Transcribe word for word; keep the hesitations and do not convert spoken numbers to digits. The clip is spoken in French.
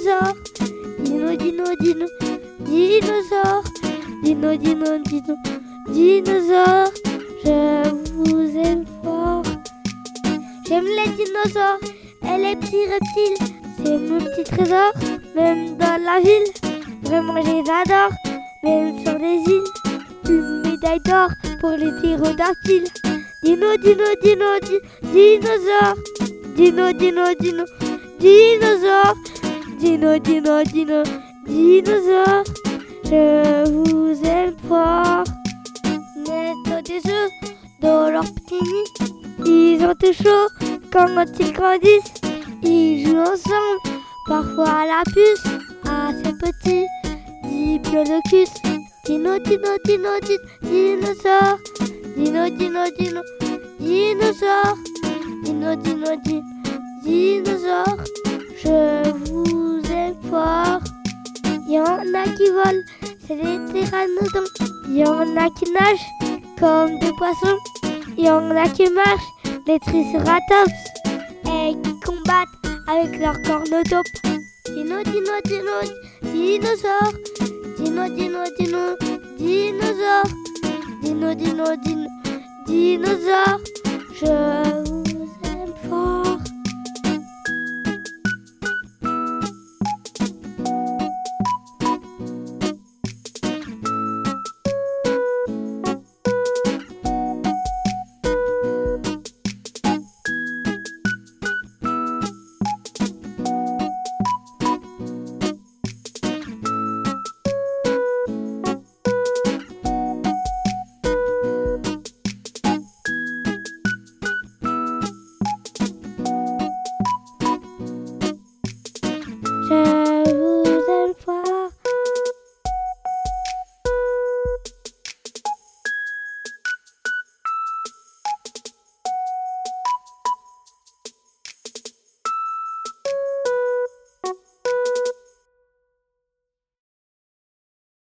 dinosaure. Dino, dino, dino, dinosaure. Dino, dino, dino, dinosaure. Je vous aime fort. J'aime les dinosaures et les petits reptiles. C'est mon petit trésor, même dans la ville. Vraiment, je les adore, même sur les îles. Une médaille d'or pour les ptérodactyles. Dino, dino, dino, di, dinosaure. Dino, dino, dino, dinosaure. Dino, dino, dino, dinosaure. Je vous aime fort. Mettre des œufs dans leur petit nid. Ils ont tout chaud quand ils grandissent. Ils jouent ensemble, parfois à la puce. À ces petits diplodocus. Dino, dino, dino, dino, dinosaure. Dino, dino, dino, dinosaure. Dino, dino, dino, dinosaure. Je vous aime fort. Il y en a qui volent, c'est les pteranodons. Il y en a qui nagent comme des poissons. Il y en a qui marchent, les triceratops. Et qui combattent avec leur cornotopes. Dino, dino, dino, dinosaure. Dino, dino, dino, dinosaure. Dino, dino, dino, dinosaure. Je vous aime fort.